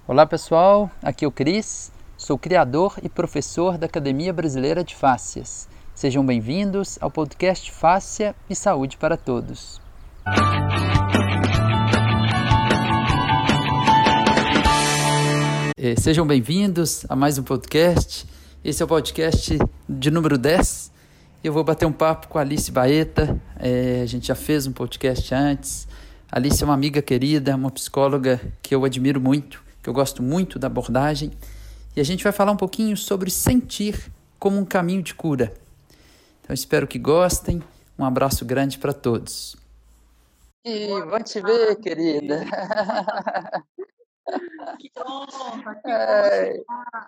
Olá pessoal, aqui é o Cris, sou criador e professor da Academia Brasileira de Fáscias. Sejam bem-vindos ao podcast Fáscia e Saúde para Todos. Sejam bem-vindos a mais um podcast. Esse é o podcast de número 10. Eu vou bater um papo com a Alice Baeta. A gente já fez um podcast antes. A Alice é uma amiga querida, uma psicóloga que eu admiro muito, que eu gosto muito da abordagem. E a gente vai falar um pouquinho sobre sentir como um caminho de cura. Então, espero que gostem. Um abraço grande para todos. E bom te ver, querida. Que honra, que honra.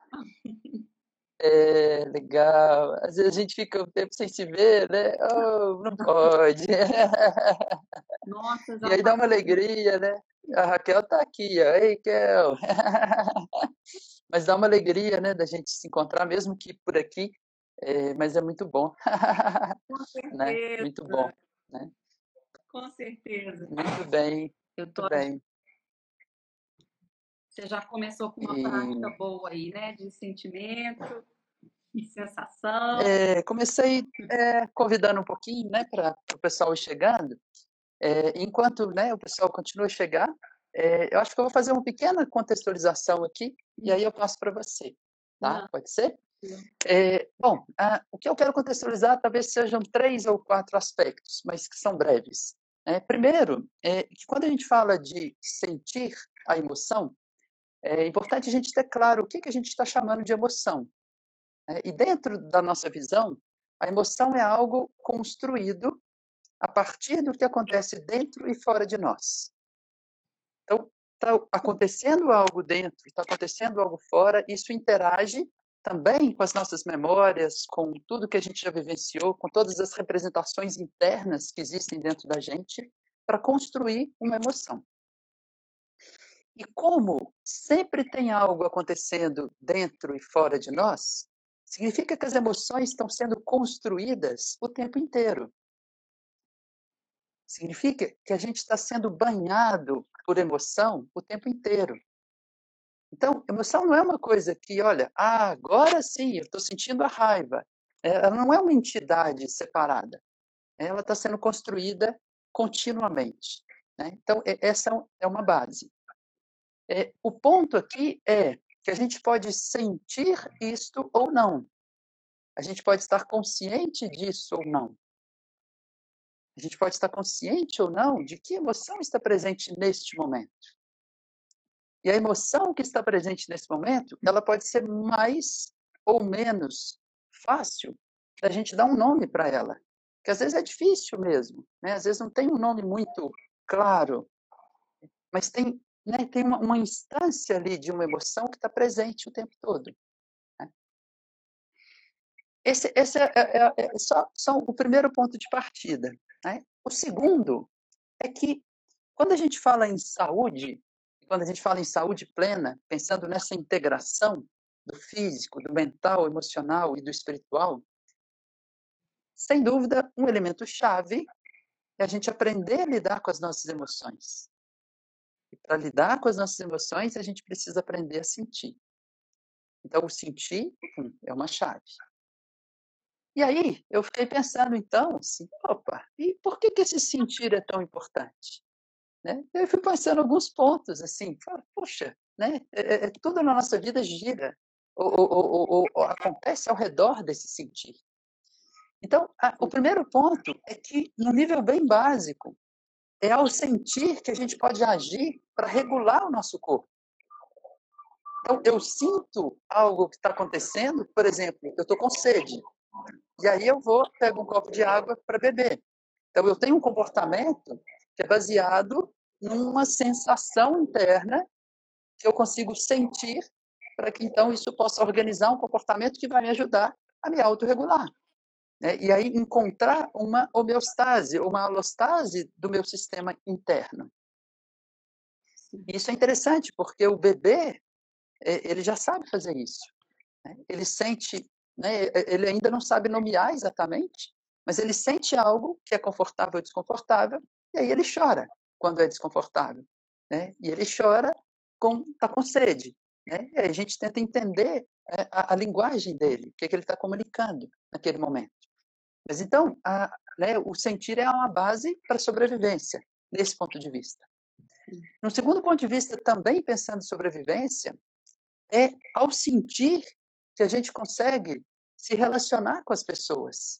Legal. Às vezes a gente fica um tempo sem se ver, né? Oh, não pode. Nossa, E aí dá uma alegria, né? A Raquel tá aqui, ó. Ei, Kel. Mas dá uma alegria, né, da gente se encontrar, mesmo que por aqui, mas é muito bom. Com Né? certeza. Muito bom. Né? Com certeza. Muito bem, Eu muito tô... bem. Você já começou com uma prática boa aí, né? De sentimento e sensação. Comecei convidando um pouquinho, né, para o pessoal ir chegando. Enquanto, né, o pessoal continua a chegar, eu acho que eu vou fazer uma pequena contextualização aqui e aí eu passo para você. Tá? Pode ser? Bom, o que eu quero contextualizar talvez sejam 3 ou 4 aspectos, mas que são breves. Primeiro, que quando a gente fala de sentir a emoção, é importante a gente ter claro o que a gente está chamando de emoção. E dentro da nossa visão, a emoção é algo construído a partir do que acontece dentro e fora de nós. Então, está acontecendo algo dentro, está acontecendo algo fora, isso interage também com as nossas memórias, com tudo que a gente já vivenciou, com todas as representações internas que existem dentro da gente, para construir uma emoção. E como sempre tem algo acontecendo dentro e fora de nós, significa que as emoções estão sendo construídas o tempo inteiro. Significa que a gente está sendo banhado por emoção o tempo inteiro. Então, emoção não é uma coisa que, olha, agora sim, eu estou sentindo a raiva. Ela não é uma entidade separada. Ela está sendo construída continuamente. Né? Então, essa é uma base. O ponto aqui é que a gente pode sentir isto ou não. A gente pode estar consciente disso ou não. A gente pode estar consciente ou não de que emoção está presente neste momento. E a emoção que está presente nesse momento, ela pode ser mais ou menos fácil da gente dar um nome para ela. Que às vezes é difícil mesmo, né? Às vezes não tem um nome muito claro, mas tem, né, tem uma instância ali de uma emoção que está presente o tempo todo. Né? Esse é só o primeiro ponto de partida. Né? O segundo é que, quando a gente fala em saúde, quando a gente fala em saúde plena, pensando nessa integração do físico, do mental, emocional e do espiritual, sem dúvida, um elemento chave é a gente aprender a lidar com as nossas emoções. E para lidar com as nossas emoções, a gente precisa aprender a sentir. Então, o sentir é uma chave. E aí, eu fiquei pensando, então, assim, opa, e por que esse sentir é tão importante? Né? Eu fui pensando alguns pontos, assim, poxa, né? Tudo na nossa vida gira, ou acontece ao redor desse sentir. Então, o primeiro ponto é que, no nível bem básico, é ao sentir que a gente pode agir para regular o nosso corpo. Então, eu sinto algo que está acontecendo, por exemplo, eu estou com sede, e aí eu pego um copo de água para beber. Então, eu tenho um comportamento que é baseado numa sensação interna que eu consigo sentir para que, então, isso possa organizar um comportamento que vai me ajudar a me autorregular. Né? E aí encontrar uma homeostase, uma alostase do meu sistema interno. Isso é interessante, porque o bebê, ele já sabe fazer isso. Né? Ele sente, né? Ele ainda não sabe nomear exatamente, mas ele sente algo que é confortável ou desconfortável, e aí ele chora quando é desconfortável. Né? E ele chora tá com sede, né? E aí a gente tenta entender a linguagem dele, o que ele está comunicando naquele momento. Mas então, né, o sentir é uma base para a sobrevivência, nesse ponto de vista. No segundo ponto de vista, também pensando em sobrevivência, é ao sentir que a gente consegue se relacionar com as pessoas.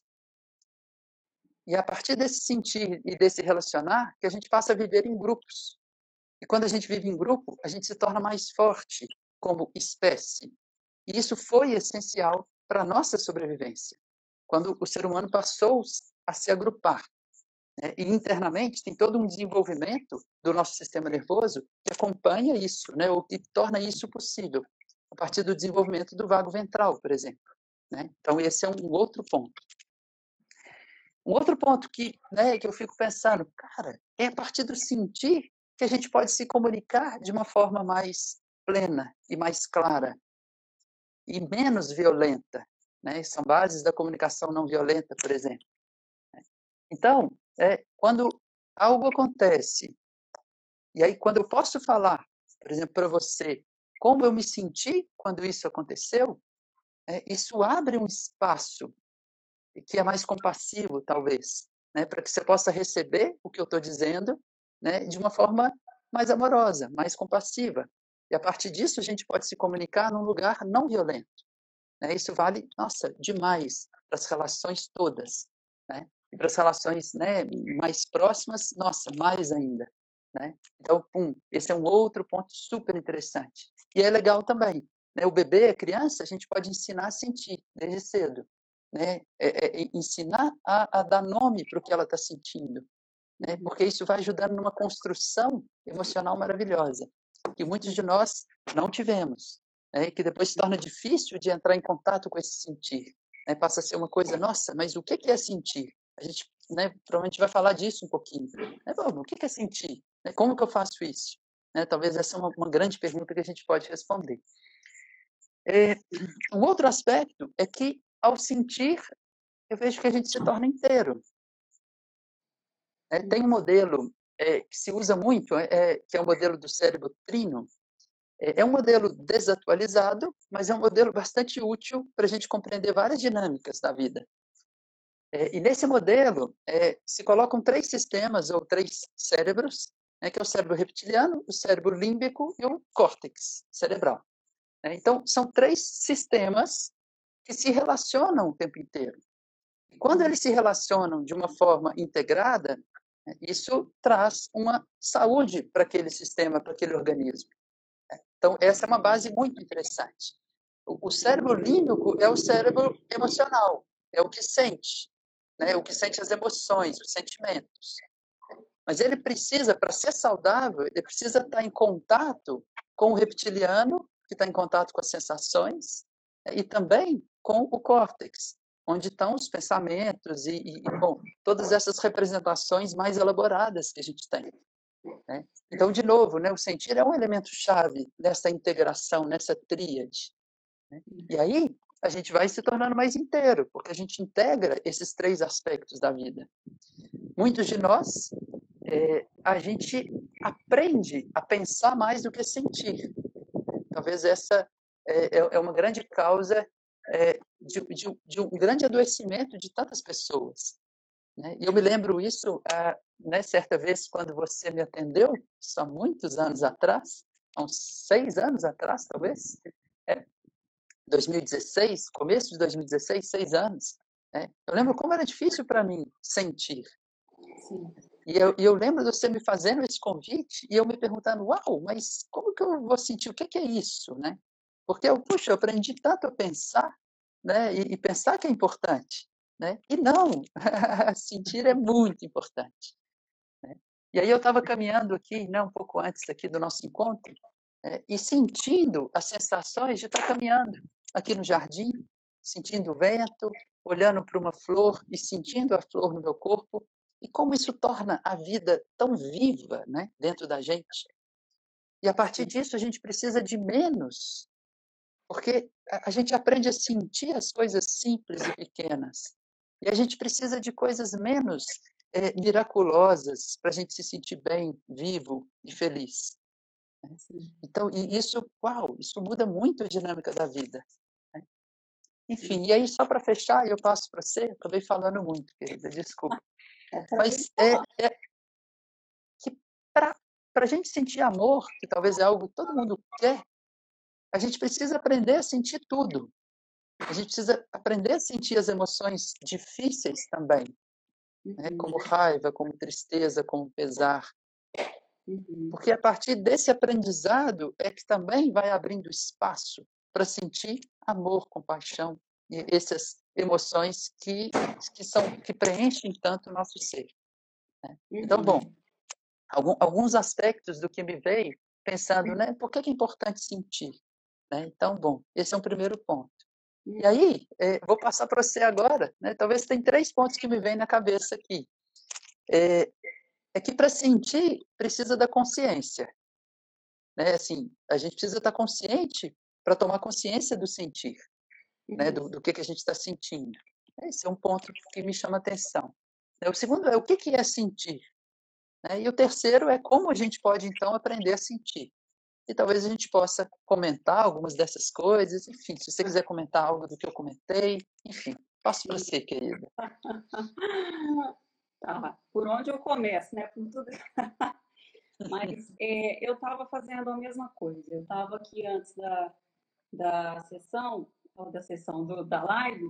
E a partir desse sentir e desse relacionar, que a gente passa a viver em grupos. E quando a gente vive em grupo, a gente se torna mais forte como espécie. E isso foi essencial para a nossa sobrevivência, quando o ser humano passou a se agrupar. Né? E internamente tem todo um desenvolvimento do nosso sistema nervoso que acompanha isso, né? Ou que torna isso possível, a partir do desenvolvimento do vago ventral, por exemplo. Né? Então, esse é um outro ponto. Um outro ponto né, que eu fico pensando, cara, é a partir do sentir que a gente pode se comunicar de uma forma mais plena e mais clara e menos violenta, né? São bases da comunicação não violenta, por exemplo. Então, quando algo acontece, e aí quando eu posso falar, por exemplo, para você, como eu me senti quando isso aconteceu, isso abre um espaço que é mais compassivo, talvez, né, para que você possa receber o que eu estou dizendo, né, de uma forma mais amorosa, mais compassiva. E a partir disso a gente pode se comunicar num lugar não violento. Né? Isso vale, nossa, demais para as relações todas. Né? E para as relações, né, mais próximas, nossa, mais ainda. Né? Então, esse é um outro ponto super interessante. E é legal também. Né? O bebê, a criança, a gente pode ensinar a sentir desde cedo. Né? Ensinar a dar nome para o que ela está sentindo, né? Porque isso vai ajudando numa construção emocional maravilhosa, que muitos de nós não tivemos, né? E que depois se torna difícil de entrar em contato com esse sentir. Né? Passa a ser uma coisa, nossa, mas o que é sentir? A gente, né, provavelmente vai falar disso um pouquinho. Né? O que é sentir? Né? Como que eu faço isso? Né? Talvez essa é uma grande pergunta que a gente pode responder. Um outro aspecto é que, ao sentir, eu vejo que a gente se torna inteiro. Tem um modelo que se usa muito, que é o modelo do cérebro trino. É um modelo desatualizado, mas é um modelo bastante útil para a gente compreender várias dinâmicas da vida. E nesse modelo, se colocam 3 sistemas ou 3 cérebros, que é o cérebro reptiliano, o cérebro límbico e o córtex cerebral. Então, são 3 sistemas que se relacionam o tempo inteiro. E quando eles se relacionam de uma forma integrada, isso traz uma saúde para aquele sistema, para aquele organismo. Então, essa é uma base muito interessante. O cérebro límbico é o cérebro emocional, é o que sente, né? O que sente as emoções, os sentimentos. Mas ele precisa, para ser saudável, ele precisa estar em contato com o reptiliano, que está em contato com as sensações, e também com o córtex, onde estão os pensamentos bom, todas essas representações mais elaboradas que a gente tem. Né? Então, de novo, né, o sentir é um elemento-chave nessa integração, nessa tríade. Né? E aí, a gente vai se tornando mais inteiro, porque a gente integra esses 3 aspectos da vida. Muitos de nós, a gente aprende a pensar mais do que sentir. Talvez essa é uma grande causa de um grande adoecimento de tantas pessoas. Né? E eu me lembro isso, né, certa vez, quando você me atendeu, há muitos anos atrás, há uns 6 anos atrás, talvez, 2016, começo de 2016, 6 anos. Né? Eu lembro como era difícil para mim sentir. Sim. E eu lembro de você me fazendo esse convite e eu me perguntando, uau, mas como que eu vou sentir? O que é isso? Né? Porque eu aprendi tanto a pensar, né? E pensar que é importante. Né? E não, sentir é muito importante. Né? E aí eu estava caminhando aqui, né, um pouco antes aqui do nosso encontro, e sentindo as sensações de estar caminhando aqui no jardim, sentindo o vento, olhando para uma flor e sentindo a flor no meu corpo, e como isso torna a vida tão viva, né, dentro da gente. E a partir disso a gente precisa de menos, porque a gente aprende a sentir as coisas simples e pequenas. E a gente precisa de coisas menos miraculosas para a gente se sentir bem, vivo e feliz. Sim. Então, e isso, uau, isso muda muito a dinâmica da vida, né. Enfim, e aí só para fechar, eu passo para você, acabei falando muito, querida, desculpa. Pode Mas falar. que para a gente sentir amor, que talvez é algo que todo mundo quer, a gente precisa aprender a sentir tudo. A gente precisa aprender a sentir as emoções difíceis também, né, como raiva, como tristeza, como pesar. Porque a partir desse aprendizado é que também vai abrindo espaço para sentir amor, compaixão e essas emoções que preenchem tanto o nosso ser, né. Então, bom, alguns aspectos do que me veio pensando, né, por que é importante sentir, né. Então, bom, esse é um primeiro ponto. E aí, vou passar para você agora, né, talvez tem 3 pontos que me vêm na cabeça aqui. É que para sentir precisa da consciência, né, assim, a gente precisa estar consciente para tomar consciência do sentir, né, do que a gente está sentindo. Esse é um ponto que me chama atenção. O segundo é o que é sentir, né, e o terceiro é como a gente pode, então, aprender a sentir. E talvez a gente possa comentar algumas dessas coisas, enfim, se você quiser comentar algo do que eu comentei, enfim, passo para você, querida. Tá, por onde eu começo, né? Por tudo. Mas eu estava fazendo a mesma coisa. Eu estava aqui antes da sessão, ou da sessão da live,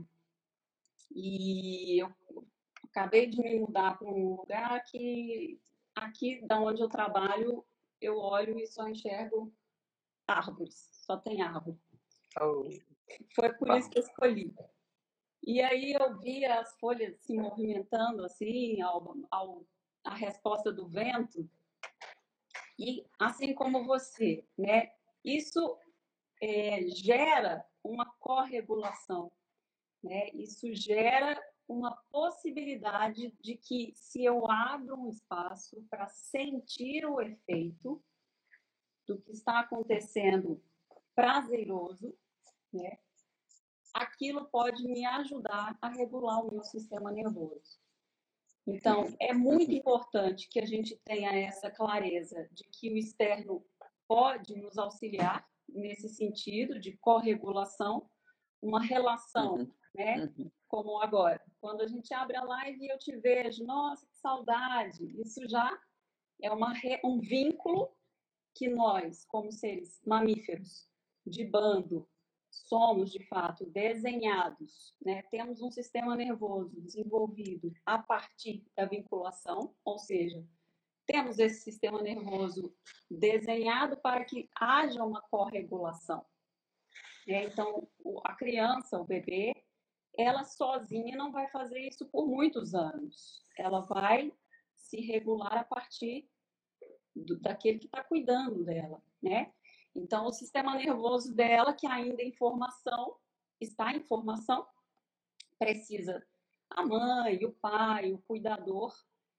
e eu acabei de me mudar para um lugar que, aqui da onde eu trabalho, eu olho e só enxergo árvores, só tem árvore. Oh, Foi por isso que eu escolhi. E aí eu via as folhas se movimentando assim, a resposta do vento, e assim como você, né? Isso gera uma corregulação, né? Isso gera uma possibilidade de que, se eu abro um espaço para sentir o efeito do que está acontecendo prazeroso, né? Aquilo pode me ajudar a regular o meu sistema nervoso. Então, é muito importante que a gente tenha essa clareza de que o externo pode nos auxiliar nesse sentido de corregulação, uma relação, né? Como agora, quando a gente abre a live e eu te vejo, nossa, que saudade, isso já é um vínculo que nós, como seres mamíferos de bando, somos de fato desenhados, né? Temos um sistema nervoso desenvolvido a partir da vinculação, ou seja, temos esse sistema nervoso desenhado para que haja uma corregulação. Então, a criança, o bebê, ela sozinha não vai fazer isso por muitos anos. Ela vai se regular a partir daquele que está cuidando dela, né? Então, o sistema nervoso dela, que ainda é está em formação, precisa a mãe, o pai, o cuidador,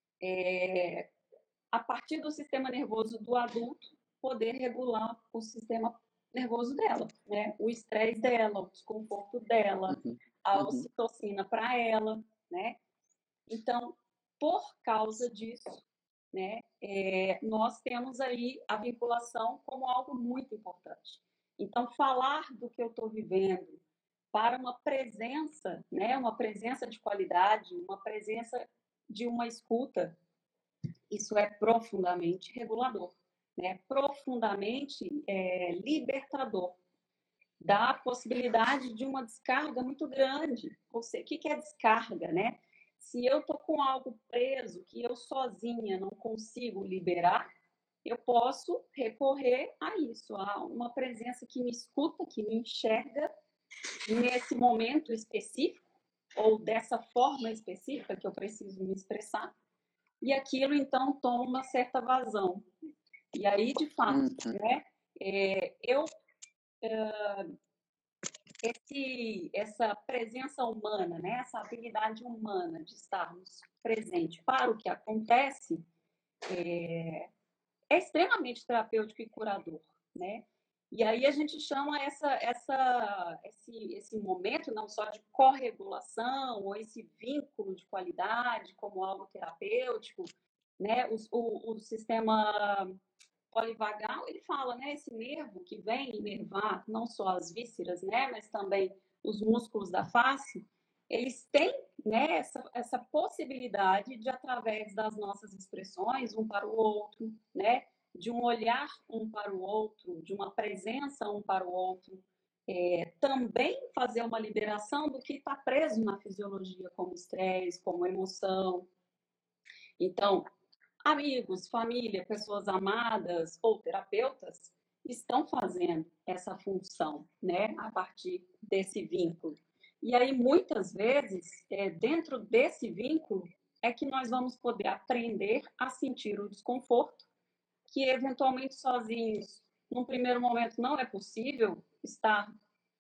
a partir do sistema nervoso do adulto, poder regular o sistema nervoso dela, né? O estresse dela, o desconforto dela, a ocitocina para ela, né? Então, por causa disso, né, nós temos aí a vinculação como algo muito importante. Então, falar do que eu estou vivendo para uma presença, né, uma presença de qualidade, uma presença de uma escuta, isso é profundamente regulador, né, profundamente libertador. Dá a possibilidade de uma descarga muito grande. O que é descarga, né? Se eu estou com algo preso que eu sozinha não consigo liberar, eu posso recorrer a isso, a uma presença que me escuta, que me enxerga nesse momento específico, ou dessa forma específica que eu preciso me expressar, e aquilo então toma uma certa vazão. E aí, de fato, né, essa presença humana, né, essa habilidade humana de estarmos presente para o que acontece, é extremamente terapêutico e curador, né? E aí a gente chama esse momento não só de corregulação ou esse vínculo de qualidade como algo terapêutico, né? O sistema Oliver Gall, ele fala, né, esse nervo que vem inervar não só as vísceras, né, mas também os músculos da face, eles têm, né, essa possibilidade de, através das nossas expressões um para o outro, né, de um olhar um para o outro, de uma presença um para o outro, também fazer uma liberação do que está preso na fisiologia, como estresse, como emoção. Então, amigos, família, pessoas amadas ou terapeutas estão fazendo essa função, né, a partir desse vínculo. E aí, muitas vezes, dentro desse vínculo, é que nós vamos poder aprender a sentir o desconforto, que eventualmente sozinhos, num primeiro momento, não é possível estar.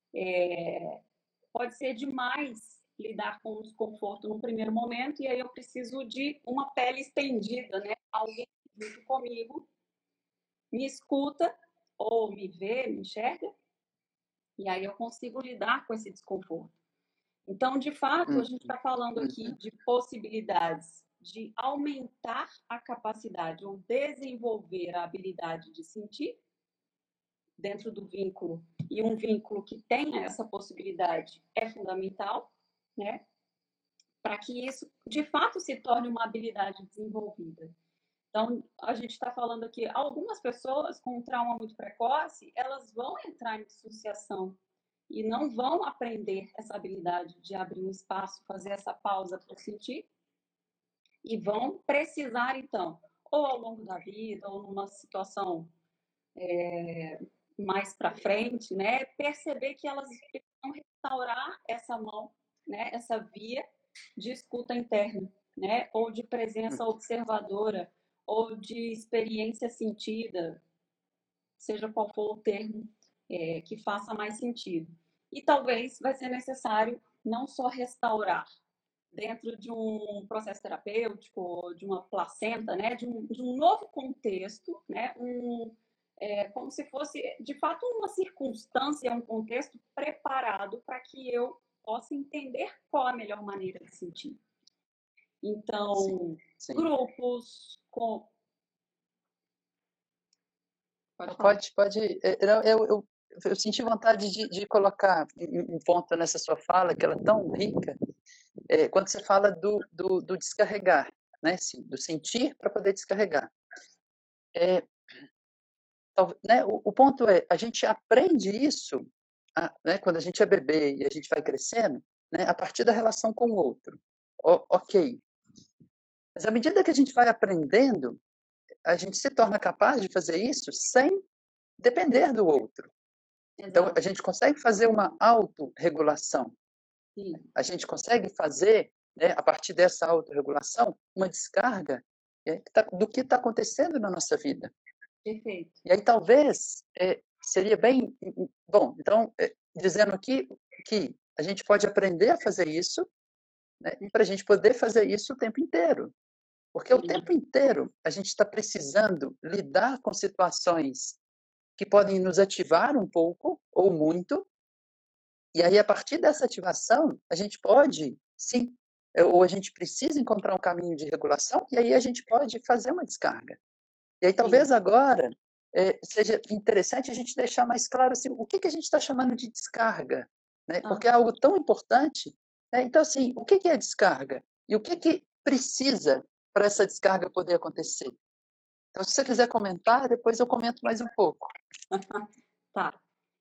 Pode ser demais lidar com o desconforto num primeiro momento, e aí eu preciso de uma pele estendida, né? Alguém junto comigo me escuta, ou me vê, me enxerga, e aí eu consigo lidar com esse desconforto. Então, de fato, a gente está falando aqui de possibilidades de aumentar a capacidade ou desenvolver a habilidade de sentir dentro do vínculo, e um vínculo que tenha essa possibilidade é fundamental, né? Para que isso, de fato, se torne uma habilidade desenvolvida. Então, a gente está falando aqui, algumas pessoas com um trauma muito precoce, elas vão entrar em dissociação e não vão aprender essa habilidade de abrir um espaço, fazer essa pausa para sentir, e vão precisar, então, ou ao longo da vida, ou numa situação mais para frente, né, perceber que elas precisam restaurar essa mão, né, essa via de escuta interna, né, ou de presença observadora, ou de experiência sentida, seja qual for o termo que faça mais sentido. E talvez vai ser necessário não só restaurar dentro de um processo terapêutico, de uma placenta, né, de um novo contexto, né, como se fosse, de fato, uma circunstância, um contexto preparado para que eu possa entender qual a melhor maneira de sentir. Então, sim. grupos com... Pode. Eu senti vontade de colocar um ponto nessa sua fala, que ela é tão rica, quando você fala do descarregar, né? Do sentir para poder descarregar. Né, o ponto é, a gente aprende isso, né, quando a gente é bebê e a gente vai crescendo, né, a partir da relação com o outro. Ok. Mas à medida que a gente vai aprendendo, a gente se torna capaz de fazer isso sem depender do outro. Então, a gente consegue fazer uma autorregulação. A gente consegue fazer, né, a partir dessa autorregulação, uma descarga do que está acontecendo na nossa vida. Perfeito. E aí talvez seria bem bom. Então, dizendo aqui que a gente pode aprender a fazer isso, né, para a gente poder fazer isso o tempo inteiro. Porque o tempo inteiro a gente está precisando lidar com situações que podem nos ativar um pouco ou muito, e aí a partir dessa ativação a gente pode, sim, ou a gente precisa encontrar um caminho de regulação, e aí a gente pode fazer uma descarga. E aí talvez agora seja interessante a gente deixar mais claro assim, o que a gente está chamando de descarga, né? Porque é algo tão importante. Né? Então, assim, o que é descarga? E o que precisa para essa descarga poder acontecer? Então, se você quiser comentar, depois eu comento mais um pouco. Tá.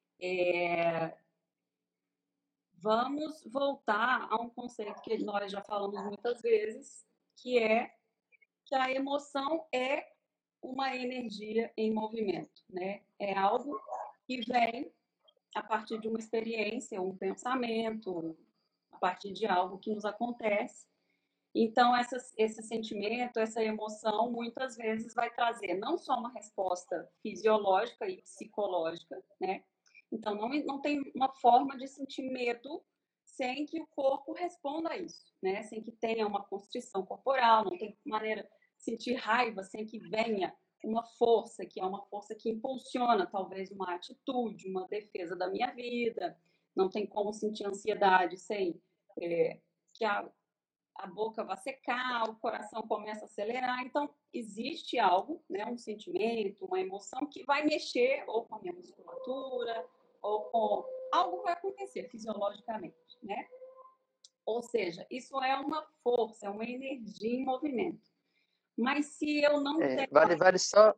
Vamos voltar a um conceito que nós já falamos muitas vezes, que é que a emoção é uma energia em movimento, né? É algo que vem a partir de uma experiência, um pensamento, a partir de algo que nos acontece. Então, esse sentimento, essa emoção, muitas vezes vai trazer não só uma resposta fisiológica e psicológica, né? Então, não tem uma forma de sentir medo sem que o corpo responda a isso, né? Sem que tenha uma constrição corporal, não tem maneira de sentir raiva sem que venha uma força, que é uma força que impulsiona talvez uma atitude, uma defesa da minha vida. Não tem como sentir ansiedade sem que a boca vai secar, o coração começa a acelerar. Então, existe algo, né, um sentimento, uma emoção que vai mexer ou com a minha musculatura, ou com... Algo vai acontecer fisiologicamente, né? Ou seja, isso é uma força, é uma energia em movimento. Mas se eu não tenho... Vale só...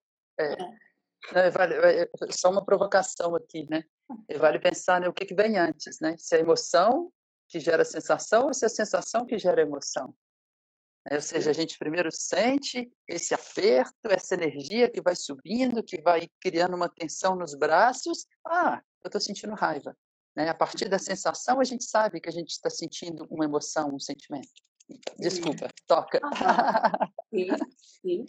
vale só uma provocação aqui, né? Vale pensar, né, o que vem antes, né? Se é a emoção que gera a sensação ou se é a sensação que gera a emoção. Ou seja, a gente primeiro sente esse aperto, essa energia que vai subindo, que vai criando uma tensão nos braços. Ah, eu estou sentindo raiva. A partir da sensação, a gente sabe que a gente está sentindo uma emoção, um sentimento. Desculpa, toca. Sim, sim.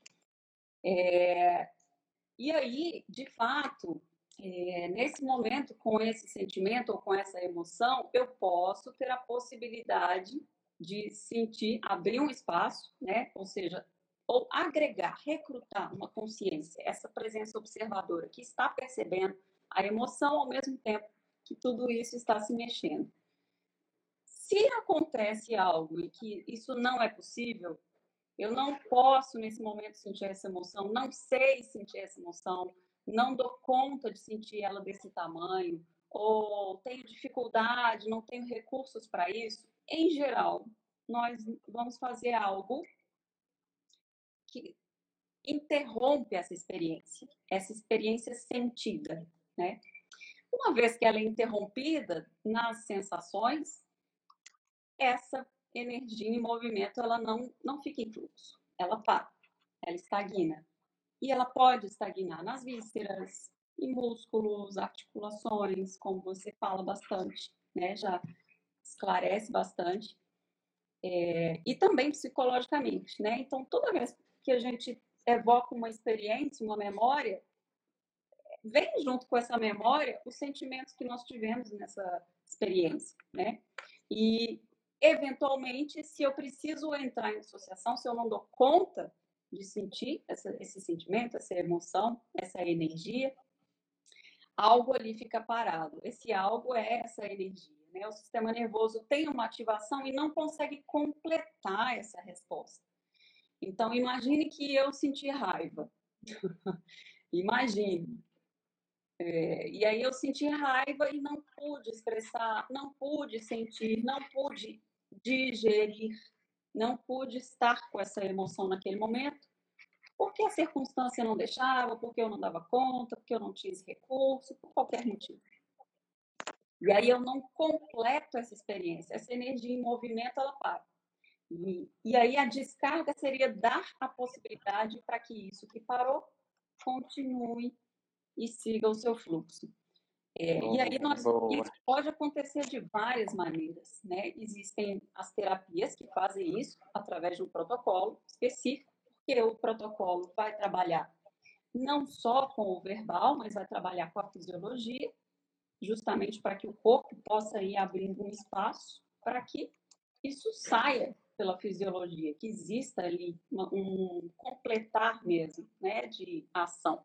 E aí, de fato, nesse momento, com esse sentimento ou com essa emoção, eu posso ter a possibilidade de sentir, abrir um espaço, né? Ou seja, ou agregar, recrutar uma consciência, essa presença observadora que está percebendo a emoção ao mesmo tempo que tudo isso está se mexendo. Se acontece algo e que isso não é possível, eu não posso, nesse momento, sentir essa emoção, não sei sentir essa emoção, não dou conta de sentir ela desse tamanho, ou tenho dificuldade, não tenho recursos para isso. Em geral, nós vamos fazer algo que interrompe essa experiência sentida, né? Uma vez que ela é interrompida nas sensações, essa energia em movimento ela não fica em fluxo, ela para, ela estagna. E ela pode estagnar nas vísceras, em músculos, articulações, como você fala bastante, né? Já esclarece bastante. E também psicologicamente, né? Então, toda vez que a gente evoca uma experiência, uma memória, vem junto com essa memória os sentimentos que nós tivemos nessa experiência, né? E, eventualmente, se eu preciso entrar em associação, se eu não dou conta de sentir esse sentimento, essa emoção, essa energia, algo ali fica parado. Esse algo é essa energia, né? O sistema nervoso tem uma ativação e não consegue completar essa resposta. Então, imagine que eu senti raiva. Imagine. E aí eu senti raiva e não pude expressar, não pude sentir, não pude digerir, não pude estar com essa emoção naquele momento, porque a circunstância não deixava, porque eu não dava conta, porque eu não tinha esse recurso, por qualquer motivo. E aí eu não completo essa experiência, essa energia em movimento, ela para. E aí a descarga seria dar a possibilidade para que isso que parou continue e siga o seu fluxo. E aí isso pode acontecer de várias maneiras, né? Existem as terapias que fazem isso através de um protocolo específico, porque o protocolo vai trabalhar não só com o verbal, mas vai trabalhar com a fisiologia, justamente para que o corpo possa ir abrindo um espaço para que isso saia pela fisiologia, que exista ali um completar mesmo, né, de ação.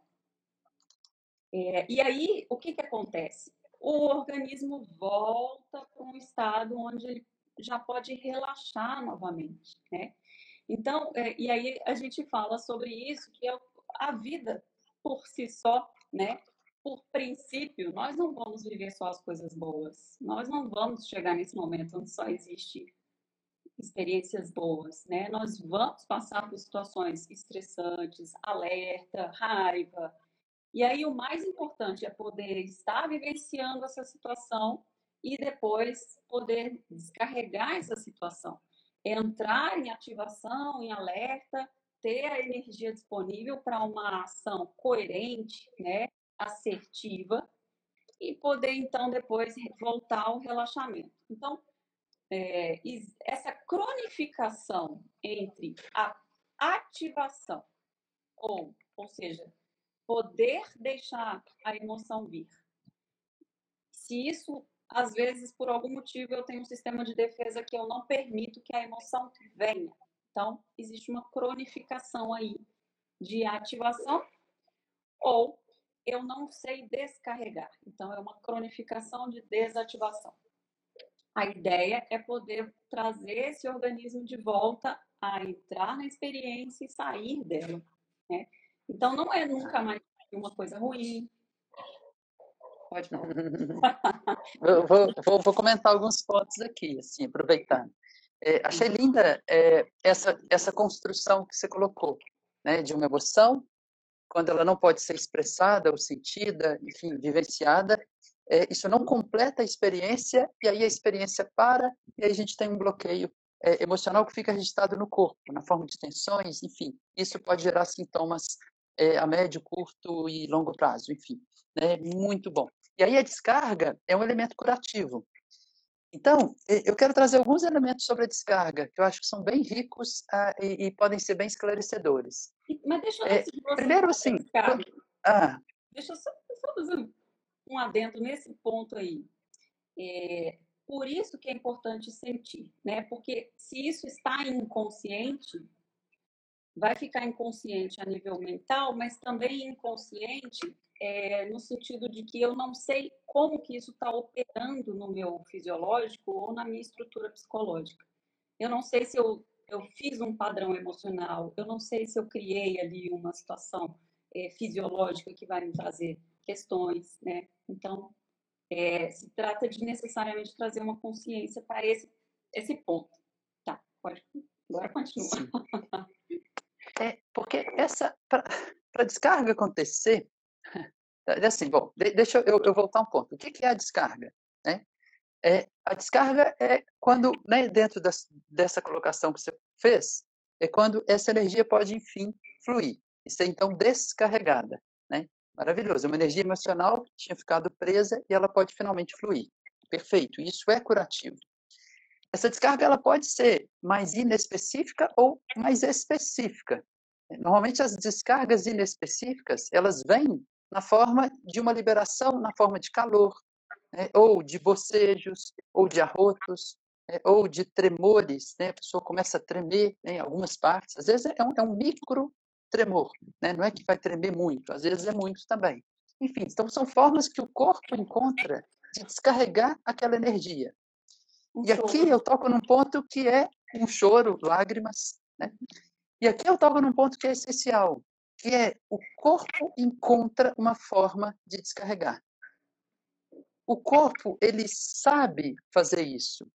E aí, o que acontece? O organismo volta para um estado onde ele já pode relaxar novamente, né? Então, e aí a gente fala sobre isso, que é a vida por si só, né? Por princípio, nós não vamos viver só as coisas boas. Nós não vamos chegar nesse momento onde só existe experiências boas, né? Nós vamos passar por situações estressantes, alerta, raiva. E aí o mais importante é poder estar vivenciando essa situação e depois poder descarregar essa situação. Entrar em ativação, em alerta, ter a energia disponível para uma ação coerente, né, assertiva, e poder, então, depois voltar ao relaxamento. Então, essa cronificação entre a ativação, ou seja, poder deixar a emoção vir. Se isso, às vezes, por algum motivo, eu tenho um sistema de defesa que eu não permito que a emoção venha. Então, existe uma cronificação aí de ativação, ou eu não sei descarregar. Então, é uma cronificação de desativação. A ideia é poder trazer esse organismo de volta a entrar na experiência e sair dela, né? Então, não é nunca mais uma coisa ruim. Pode falar. Vou comentar alguns pontos aqui, assim, aproveitando. Achei linda essa construção que você colocou, né, de uma emoção, quando ela não pode ser expressada ou sentida, enfim, vivenciada, isso não completa a experiência, e aí a experiência para, e aí a gente tem um bloqueio emocional que fica registrado no corpo, na forma de tensões, enfim. Isso pode gerar sintomas a médio, curto e longo prazo, enfim. Né? Muito bom. E aí a descarga é um elemento curativo. Então, eu quero trazer alguns elementos sobre a descarga, que eu acho que são bem ricos e podem ser bem esclarecedores. Mas deixa antes de você Primeiro, falar da assim, descarga, ah, deixa eu só fazer um adendo nesse ponto aí. Por isso que é importante sentir, né? Porque se isso está inconsciente, vai ficar inconsciente a nível mental, mas também inconsciente no sentido de que eu não sei como que isso está operando no meu fisiológico ou na minha estrutura psicológica. Eu não sei se eu fiz um padrão emocional, eu não sei se eu criei ali uma situação fisiológica que vai me trazer questões, né? Então, se trata de necessariamente trazer uma consciência para esse ponto. Tá, pode. Agora continua. sim. Porque para a descarga acontecer, assim, bom, deixa eu voltar um ponto. O que é a descarga? Né? A descarga é quando, né, dentro dessa colocação que você fez, é quando essa energia pode, enfim, fluir e ser, então, descarregada. Né? Maravilhoso. Uma energia emocional que tinha ficado presa e ela pode finalmente fluir. Perfeito. Isso é curativo. Essa descarga ela pode ser mais inespecífica ou mais específica. Normalmente as descargas inespecíficas, elas vêm na forma de uma liberação, na forma de calor, né? Ou de bocejos, ou de arrotos, ou de tremores, né? A pessoa começa a tremer, né, em algumas partes. Às vezes é um micro tremor, né? Não é que vai tremer muito, às vezes é muito também. Enfim, então são formas que o corpo encontra de descarregar aquela energia. E aqui eu toco num ponto que é um choro, lágrimas, né? E aqui eu toco num ponto que é essencial, que é o corpo encontra uma forma de descarregar. O corpo, ele sabe fazer isso.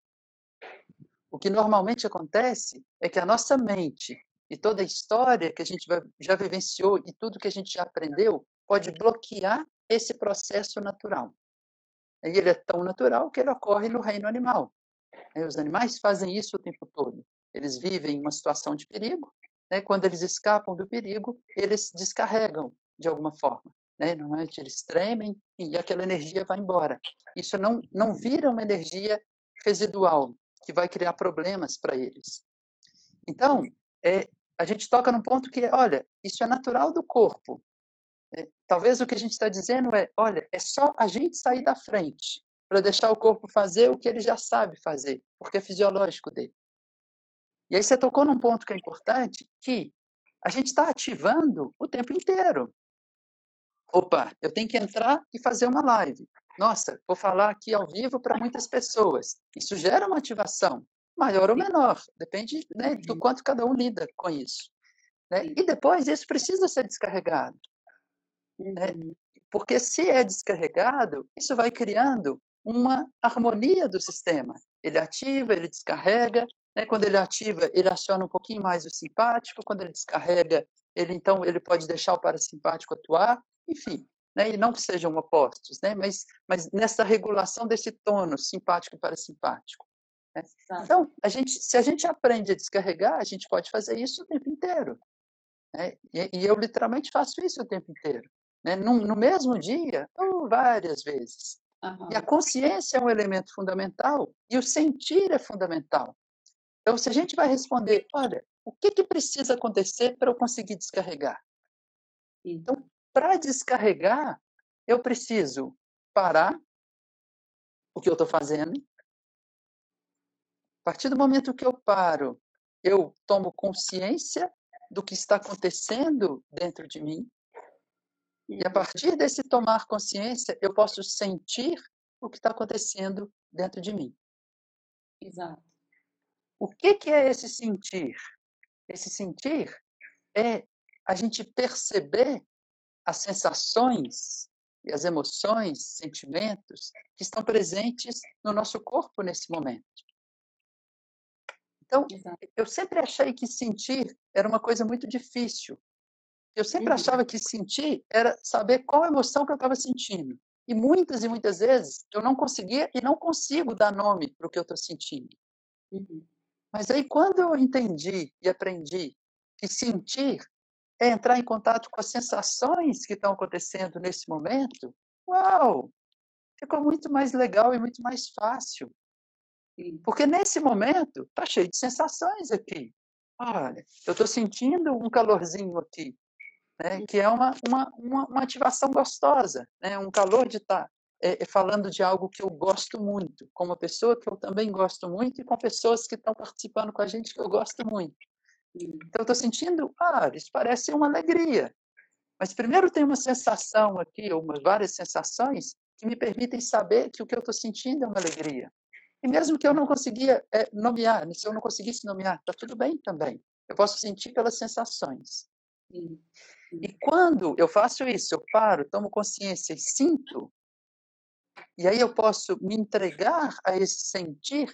O que normalmente acontece é que a nossa mente e toda a história que a gente já vivenciou e tudo que a gente já aprendeu pode bloquear esse processo natural. E ele é tão natural que ele ocorre no reino animal. Os animais fazem isso o tempo todo. Eles vivem em uma situação de perigo, né? Quando eles escapam do perigo, eles descarregam de alguma forma. Né? Normalmente eles tremem e aquela energia vai embora. Isso não vira uma energia residual, que vai criar problemas para eles. Então, a gente toca num ponto que, olha, isso é natural do corpo. Talvez o que a gente está dizendo olha, é só a gente sair da frente para deixar o corpo fazer o que ele já sabe fazer, porque é fisiológico dele. E aí você tocou num ponto que é importante, que a gente está ativando o tempo inteiro. Opa, eu tenho que entrar e fazer uma live. Nossa, vou falar aqui ao vivo para muitas pessoas. Isso gera uma ativação, maior ou menor, depende, né, do quanto cada um lida com isso. Né? E depois isso precisa ser descarregado. Né? Porque se é descarregado, isso vai criando uma harmonia do sistema. Ele ativa, ele descarrega, né? Quando ele ativa, ele aciona um pouquinho mais o simpático, quando ele descarrega, ele pode deixar o parasimpático atuar, enfim, né? E não que sejam opostos, né? Mas nessa regulação desse tônus simpático e parasimpático. Né? Então, se a gente aprende a descarregar, a gente pode fazer isso o tempo inteiro. Né? E eu literalmente faço isso o tempo inteiro. Né? No mesmo dia, ou várias vezes. E a consciência é um elemento fundamental e o sentir é fundamental. Então, se a gente vai responder, olha, o que precisa acontecer para eu conseguir descarregar? Então, para descarregar, eu preciso parar o que eu estou fazendo. A partir do momento que eu paro, eu tomo consciência do que está acontecendo dentro de mim. E a partir desse tomar consciência, eu posso sentir o que está acontecendo dentro de mim. Exato. O que é esse sentir? Esse sentir é a gente perceber as sensações e as emoções, sentimentos que estão presentes no nosso corpo nesse momento. Então, Exato. eu sempre achei que sentir era uma coisa muito difícil. Eu sempre achava que sentir era saber qual emoção que eu estava sentindo. E muitas vezes eu não conseguia e não consigo dar nome para o que eu estou sentindo. Mas aí, quando eu entendi e aprendi que sentir é entrar em contato com as sensações que estão acontecendo nesse momento, uau! Ficou muito mais legal e muito mais fácil. Porque nesse momento está cheio de sensações aqui. Olha, eu estou sentindo um calorzinho aqui, né, que é uma ativação gostosa, né, um calor de estar falando de algo que eu gosto muito, com uma pessoa que eu também gosto muito e com pessoas que estão participando com a gente que eu gosto muito. Então, eu estou sentindo, isso parece uma alegria. Mas primeiro tem uma sensação aqui, ou várias sensações, que me permitem saber que o que eu estou sentindo é uma alegria. E mesmo que eu não conseguia nomear, se eu não conseguisse nomear, está tudo bem também. Eu posso sentir pelas sensações. E quando eu faço isso, eu paro, tomo consciência e sinto, e aí eu posso me entregar a esse sentir,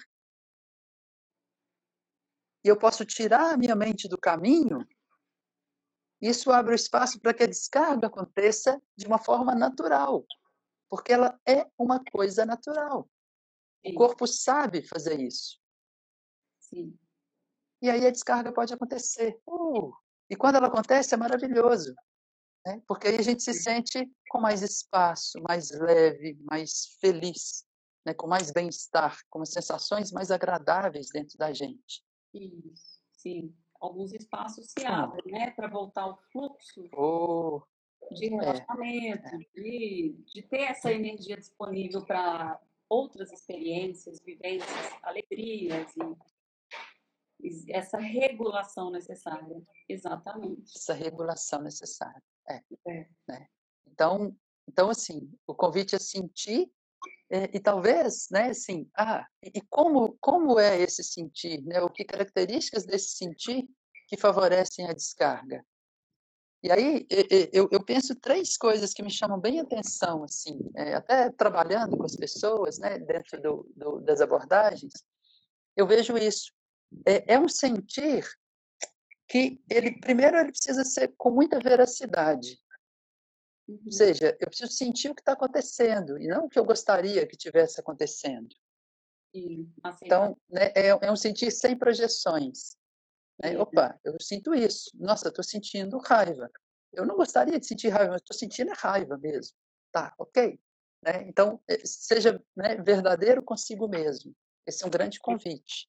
e eu posso tirar a minha mente do caminho. Isso abre o espaço para que a descarga aconteça de uma forma natural, porque ela é uma coisa natural. O corpo sabe fazer isso. Sim. E aí a descarga pode acontecer. E quando ela acontece, é maravilhoso, né? Porque aí a gente se sente com mais espaço, mais leve, mais feliz, né? Com mais bem-estar, com sensações mais agradáveis dentro da gente. Isso, sim. Alguns espaços se abrem, né, para voltar ao fluxo de relaxamento, de ter essa energia disponível para outras experiências, vivências, alegrias e essa regulação necessária. Exatamente. Essa regulação necessária. Né? Então, assim, o convite é sentir e talvez, né, assim, e como é esse sentir, né? O que características desse sentir que favorecem a descarga? E aí eu penso três coisas que me chamam bem a atenção, assim, até trabalhando com as pessoas, né, dentro das abordagens, eu vejo isso. É um sentir que primeiro ele precisa ser com muita veracidade. Ou seja, eu preciso sentir o que está acontecendo e não o que eu gostaria que tivesse acontecendo. Então, né, é um sentir sem projeções. Né? Opa, eu sinto isso. Nossa, eu estou sentindo raiva. Eu não gostaria de sentir raiva, mas estou sentindo raiva mesmo. Tá, ok. Né? Então, seja, né, verdadeiro consigo mesmo. Esse é um grande convite.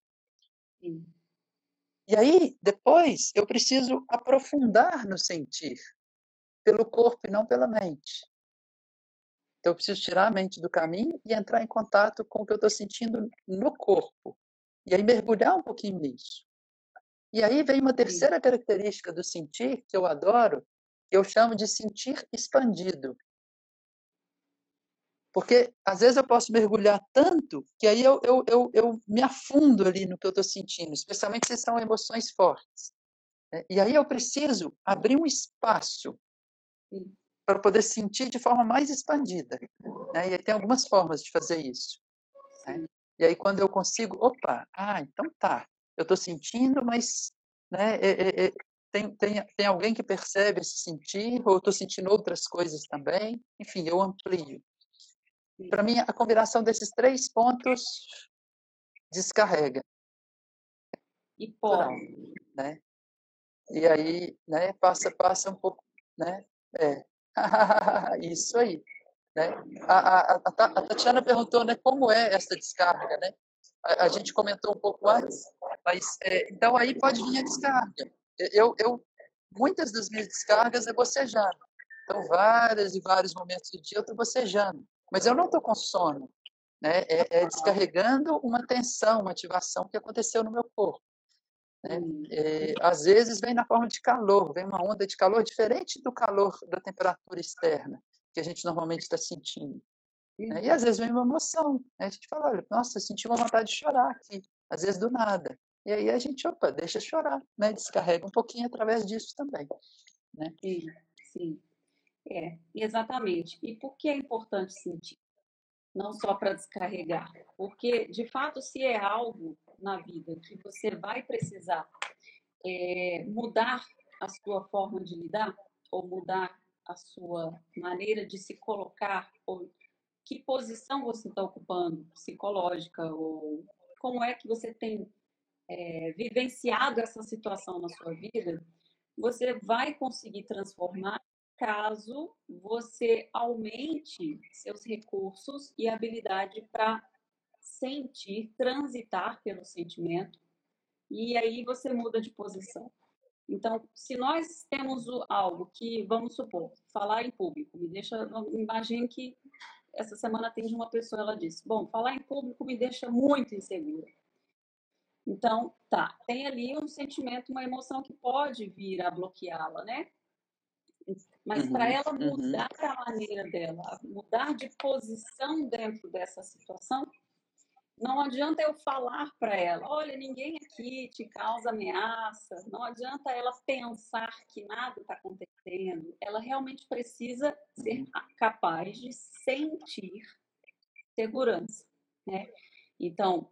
E aí, depois, eu preciso aprofundar no sentir, pelo corpo e não pela mente. Então, eu preciso tirar a mente do caminho e entrar em contato com o que eu estou sentindo no corpo. E aí mergulhar um pouquinho nisso. E aí vem uma terceira característica do sentir, que eu adoro, que eu chamo de sentir expandido. Porque, às vezes, eu posso mergulhar tanto que aí eu me afundo ali no que eu estou sentindo, especialmente se são emoções fortes. E aí eu preciso abrir um espaço para poder sentir de forma mais expandida. Né? E aí tem algumas formas de fazer isso. Né? E aí, quando eu consigo, então tá, eu estou sentindo, mas né, tem alguém que percebe esse sentir, ou eu estou sentindo outras coisas também. Enfim, eu amplio. Para mim, a combinação desses três pontos descarrega. E pode. Né? E aí, né, passa um pouco, né? Isso aí. Né? A Tatiana perguntou, né, como é essa descarga, né? A gente comentou um pouco antes, mas então aí pode vir a descarga. Muitas das minhas descargas é bocejando. Então, vários e vários momentos do dia eu estou bocejando, mas eu não estou com sono, né? Descarregando uma tensão, uma ativação que aconteceu no meu corpo. Né? Às vezes vem na forma de calor, vem uma onda de calor diferente do calor da temperatura externa que a gente normalmente está sentindo. Né? E às vezes vem uma emoção. Né? A gente fala, olha, nossa, eu senti uma vontade de chorar aqui. às vezes do nada. E aí a gente, opa, deixa chorar, né? Descarrega um pouquinho através disso também, né? Sim, sim. Exatamente. E por que é importante sentir? Não só para descarregar, porque, de fato, se é algo na vida que você vai precisar mudar a sua forma de lidar, ou mudar a sua maneira de se colocar, ou que posição você está ocupando, psicológica, ou como é que você tem vivenciado essa situação na sua vida, você vai conseguir transformar caso você aumente seus recursos e habilidade para sentir, transitar pelo sentimento, e aí você muda de posição. Então, se nós temos algo que, vamos supor, falar em público, imagine que essa semana tem uma pessoa, ela disse, bom, falar em público me deixa muito insegura. Então, tá, tem ali um sentimento, uma emoção que pode vir a bloqueá-la, né? Mas para ela mudar a maneira dela, mudar de posição dentro dessa situação, não adianta eu falar para ela, olha, ninguém aqui te causa ameaça, não adianta ela pensar que nada está acontecendo, ela realmente precisa ser capaz de sentir segurança, né? Então,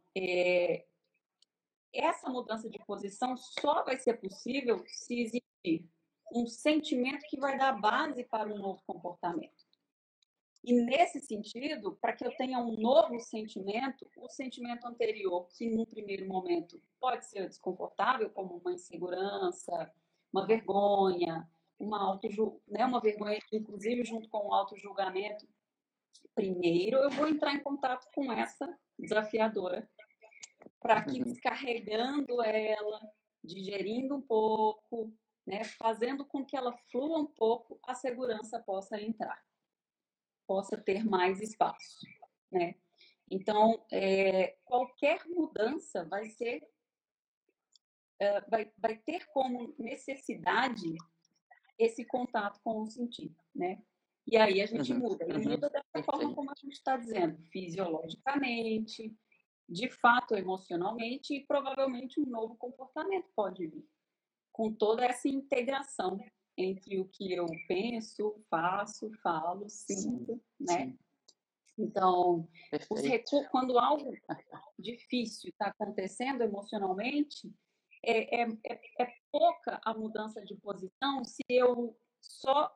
essa mudança de posição só vai ser possível se existir um sentimento que vai dar base para um novo comportamento. E nesse sentido, para que eu tenha um novo sentimento, o sentimento anterior, que num primeiro momento pode ser desconfortável, como uma insegurança, uma vergonha, uma vergonha, inclusive junto com o auto-julgamento, primeiro eu vou entrar em contato com essa desafiadora, para que descarregando ela, digerindo um pouco, né, fazendo com que ela flua um pouco, a segurança possa entrar, possa ter mais espaço, né? Então, qualquer mudança vai ter como necessidade esse contato com o sentido, né? E aí a gente muda. E muda da forma como a gente está dizendo, fisiologicamente, de fato emocionalmente, e provavelmente um novo comportamento pode vir, com toda essa integração entre o que eu penso, faço, falo, sinto, né? Sim. Então, quando algo difícil está acontecendo emocionalmente, é pouca a mudança de posição se eu só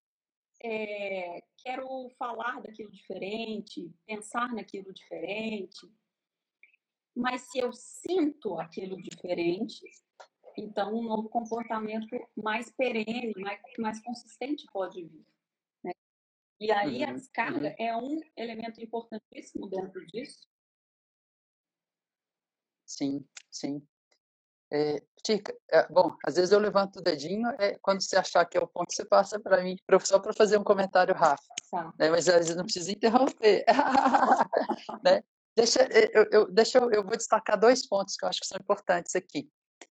quero falar daquilo diferente, pensar naquilo diferente. Mas se eu sinto aquilo diferente, então um novo comportamento mais perene, mais consistente pode vir. Né? E aí a descarga é um elemento importantíssimo dentro disso. Sim, sim. Tica, bom, às vezes eu levanto o dedinho, quando você achar que é o ponto, você passa para mim, só para fazer um comentário rápido. Tá. Né? Mas às vezes não precisa interromper. Né? Eu vou destacar 2 pontos que eu acho que são importantes aqui.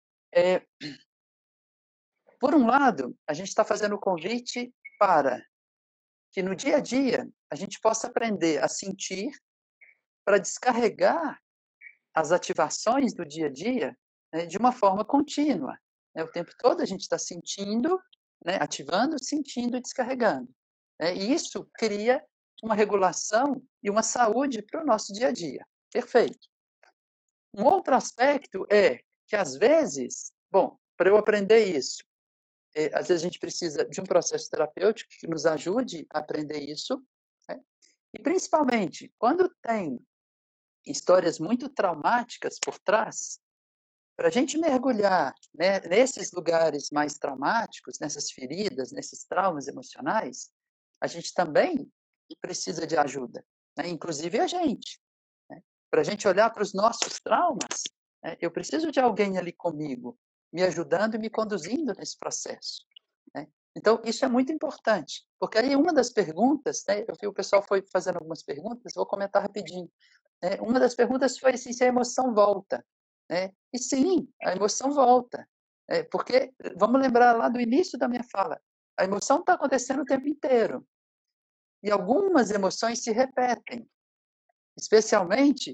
Por um lado, a gente está fazendo o convite para que no dia a dia a gente possa aprender a sentir para descarregar as ativações do dia a dia, né, de uma forma contínua. Né? O tempo todo a gente está sentindo, né, ativando, sentindo e descarregando. Né? E isso cria uma regulação e uma saúde para o nosso dia a dia. Perfeito. Um outro aspecto é que, às vezes, bom, para eu aprender isso, às vezes a gente precisa de um processo terapêutico que nos ajude a aprender isso, né? E principalmente quando tem histórias muito traumáticas por trás, para a gente mergulhar, né, nesses lugares mais traumáticos, nessas feridas, nesses traumas emocionais, a gente também precisa de ajuda, né? Inclusive a gente. Né? Para a gente olhar para os nossos traumas, né, eu preciso de alguém ali comigo, me ajudando e me conduzindo nesse processo. Né? Então, isso é muito importante, porque aí uma das perguntas, né, eu vi o pessoal foi fazendo algumas perguntas, vou comentar rapidinho. Né? Uma das perguntas foi assim, se a emoção volta. Né? E sim, a emoção volta. Porque, vamos lembrar lá do início da minha fala, a emoção está acontecendo o tempo inteiro. E algumas emoções se repetem, especialmente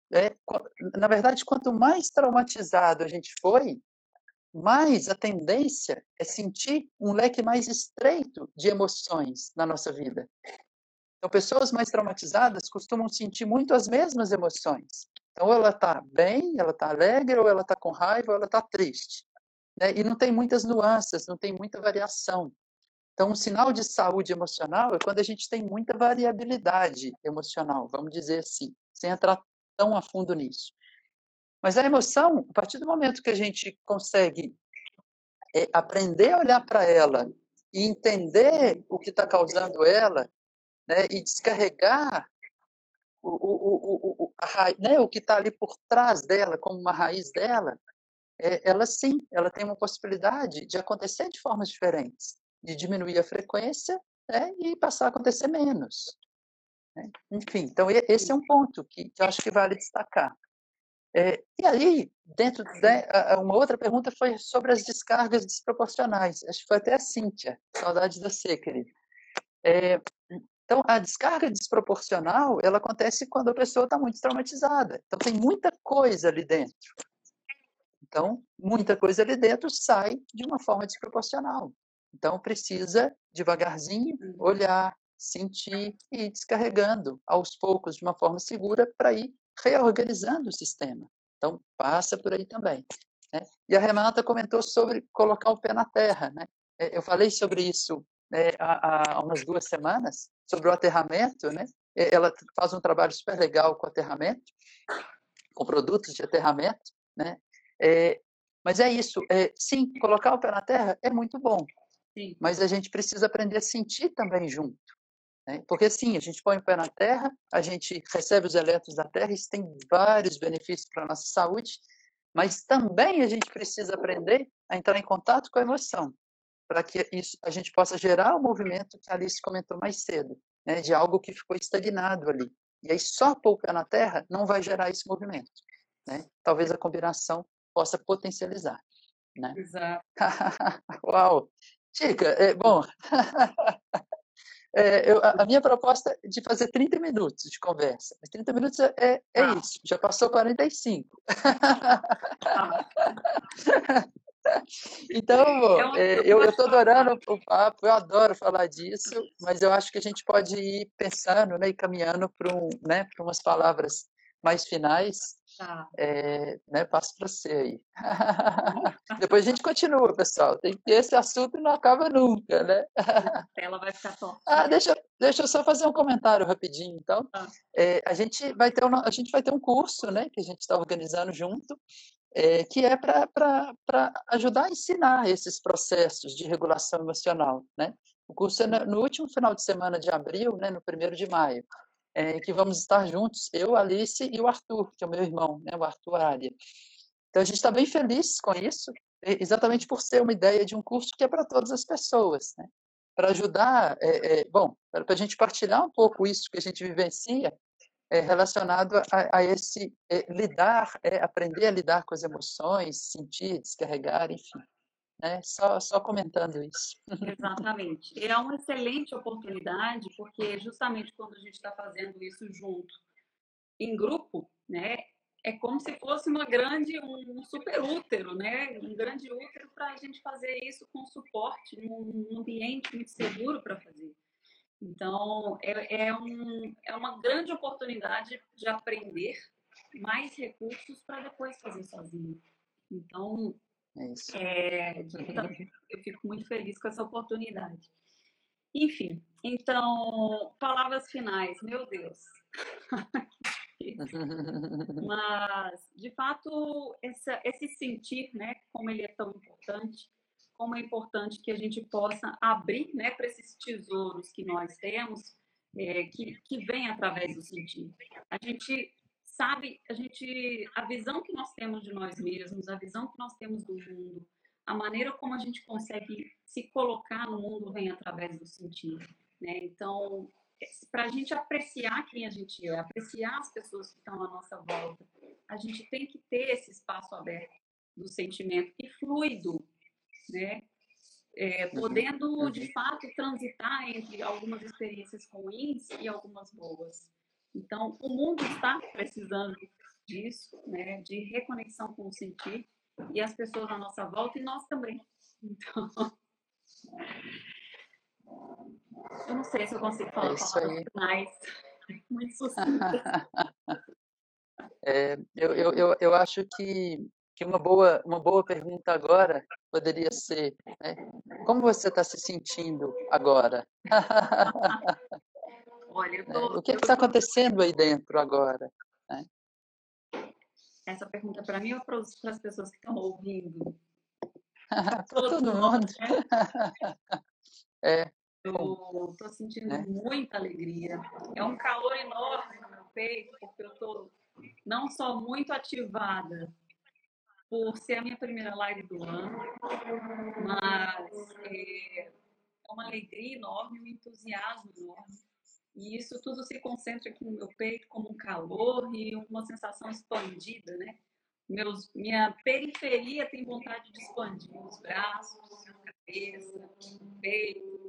Na verdade, quanto mais traumatizado a gente foi, mais a tendência é sentir um leque mais estreito de emoções na nossa vida. Então, pessoas mais traumatizadas costumam sentir muito as mesmas emoções. Então, ou ela está bem, ela está alegre, ou ela está com raiva, ou ela está triste. Né? E não tem muitas nuances, não tem muita variação. Então, um sinal de saúde emocional é quando a gente tem muita variabilidade emocional, vamos dizer assim, sem entrar tão a fundo nisso. Mas a emoção, a partir do momento que a gente consegue aprender a olhar para ela e entender o que está causando ela, né, e descarregar o que está ali por trás dela, como uma raiz dela, ela sim, ela tem uma possibilidade de acontecer de formas diferentes, de diminuir a frequência, né, e passar a acontecer menos. Né? Enfim, então esse é um ponto que eu acho que vale destacar. E aí, uma outra pergunta foi sobre as descargas desproporcionais. Acho que foi até a Cíntia, saudade da você, querida. Então, a descarga desproporcional, ela acontece quando a pessoa está muito traumatizada. Então, tem muita coisa ali dentro. Então, muita coisa ali dentro sai de uma forma desproporcional. Então, precisa, devagarzinho, olhar, sentir e ir descarregando aos poucos, de uma forma segura, para ir reorganizando o sistema. Então, passa por aí também. Né? E a Renata comentou sobre colocar o pé na terra. Né? Eu falei sobre isso há umas 2 semanas, sobre o aterramento. Né? Ela faz um trabalho super legal com aterramento, com produtos de aterramento. Né? Mas é isso. Sim, colocar o pé na terra é muito bom. Sim. Mas a gente precisa aprender a sentir também junto. Né? Porque, sim, a gente põe o pé na terra, a gente recebe os elétrons da terra, isso tem vários benefícios para a nossa saúde, mas também a gente precisa aprender a entrar em contato com a emoção, para que isso, a gente possa gerar o movimento que a Alice comentou mais cedo, né? De algo que ficou estagnado ali. E aí, só pôr o pé na terra não vai gerar esse movimento. Né? Talvez a combinação possa potencializar. Né? Exato. Uau! Chica, bom, a minha proposta é de fazer 30 minutos de conversa. Mas 30 minutos é isso, já passou 45. Então, eu estou adorando o papo, eu adoro falar disso, mas eu acho que a gente pode ir pensando, né, e caminhando para umas palavras mais finais. Né, passo para você aí. Depois a gente continua, pessoal. Esse assunto não acaba nunca, né? A tela vai ficar top. Deixa eu só fazer um comentário rapidinho, então. A gente vai ter um curso, né, que a gente está organizando junto, que é para ajudar a ensinar esses processos de regulação emocional, né? O curso é no último final de semana de abril, né, no 1º de maio, que vamos estar juntos, eu, Alice e o Arthur, que é o meu irmão, né, o Arthur Aria. Então, a gente está bem feliz com isso, exatamente por ser uma ideia de um curso que é para todas as pessoas, né? Para ajudar, para a gente partilhar um pouco isso que a gente vivencia, relacionado a esse aprender a lidar com as emoções, sentir, descarregar, enfim. Né? Só comentando isso. Exatamente. É uma excelente oportunidade, porque justamente quando a gente está fazendo isso junto, em grupo, né, é como se fosse um super útero, né? Um grande útero para a gente fazer isso com suporte, num ambiente muito seguro para fazer. Então, é uma grande oportunidade de aprender mais recursos para depois fazer sozinho. Então, eu fico muito feliz com essa oportunidade. Enfim, então, palavras finais, meu Deus. Mas, de fato, esse sentir, né, como ele é tão importante, como é importante que a gente possa abrir, né, para esses tesouros que nós temos, que vem através do sentir. A gente sabe, a visão que nós temos de nós mesmos, a visão que nós temos do mundo, a maneira como a gente consegue se colocar no mundo vem através do sentir, né? Então, para a gente apreciar quem a gente é, apreciar as pessoas que estão à nossa volta, a gente tem que ter esse espaço aberto do sentimento e fluido, né? Podendo, de fato, transitar entre algumas experiências ruins e algumas boas. Então, o mundo está precisando disso, né, de reconexão com o sentir, e as pessoas à nossa volta e nós também. Então, eu não sei se eu consigo falar palavras finais muito sucintas. Eu acho que uma boa pergunta agora poderia ser, né, como você está se sentindo agora? Olha, O que está acontecendo aí dentro agora? Né? Essa pergunta para mim ou para as pessoas que estão ouvindo? Para todo mundo. Né? Eu estou sentindo muita alegria. É um calor enorme no meu peito, porque eu estou não só muito ativada por ser a minha primeira live do ano, mas é uma alegria enorme, um entusiasmo enorme. E isso tudo se concentra aqui no meu peito como um calor e uma sensação expandida, né? Minha periferia tem vontade de expandir os braços, a cabeça, o peito.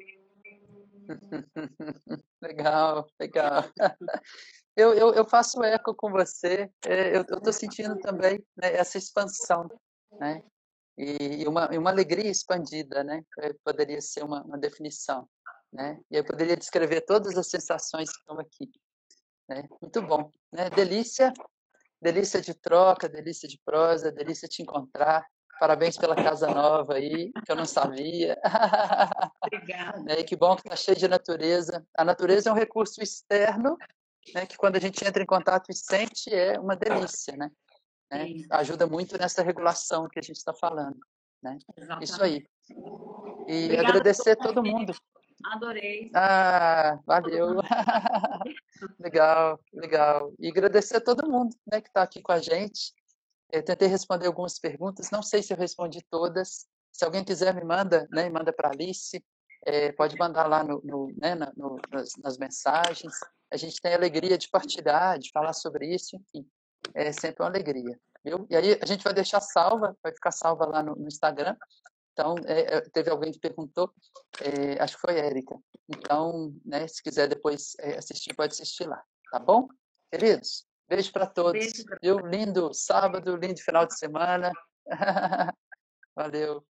Legal, legal. Eu faço eco com você. Eu estou sentindo também, né, essa expansão, né? E uma alegria expandida, né? Poderia ser uma definição, né? E eu poderia descrever todas as sensações que estão aqui, né? Muito bom, né? Delícia de troca, delícia de prosa, delícia te encontrar. Parabéns pela casa nova aí, que eu não sabia. Obrigada. E que bom que está cheio de natureza. A natureza é um recurso externo, né, que quando a gente entra em contato e sente, é uma delícia, né? Ajuda muito nessa regulação que a gente está falando, né? Isso aí. E obrigada, agradecer a todo mundo. Adorei. Valeu. Legal, legal. E agradecer a todo mundo, né, que está aqui com a gente. Eu tentei responder algumas perguntas, não sei se eu respondi todas. Se alguém quiser, me manda, né, manda para a Alice. Pode mandar lá nas mensagens. A gente tem a alegria de partilhar, de falar sobre isso, enfim. É sempre uma alegria. Viu? E aí a gente vai deixar salva, vai ficar salva lá no Instagram. Então, teve alguém que perguntou, acho que foi a Érica. Então, né, se quiser depois assistir, pode assistir lá. Tá bom? Queridos, beijo para todos. Viu? Lindo sábado, lindo final de semana. Valeu.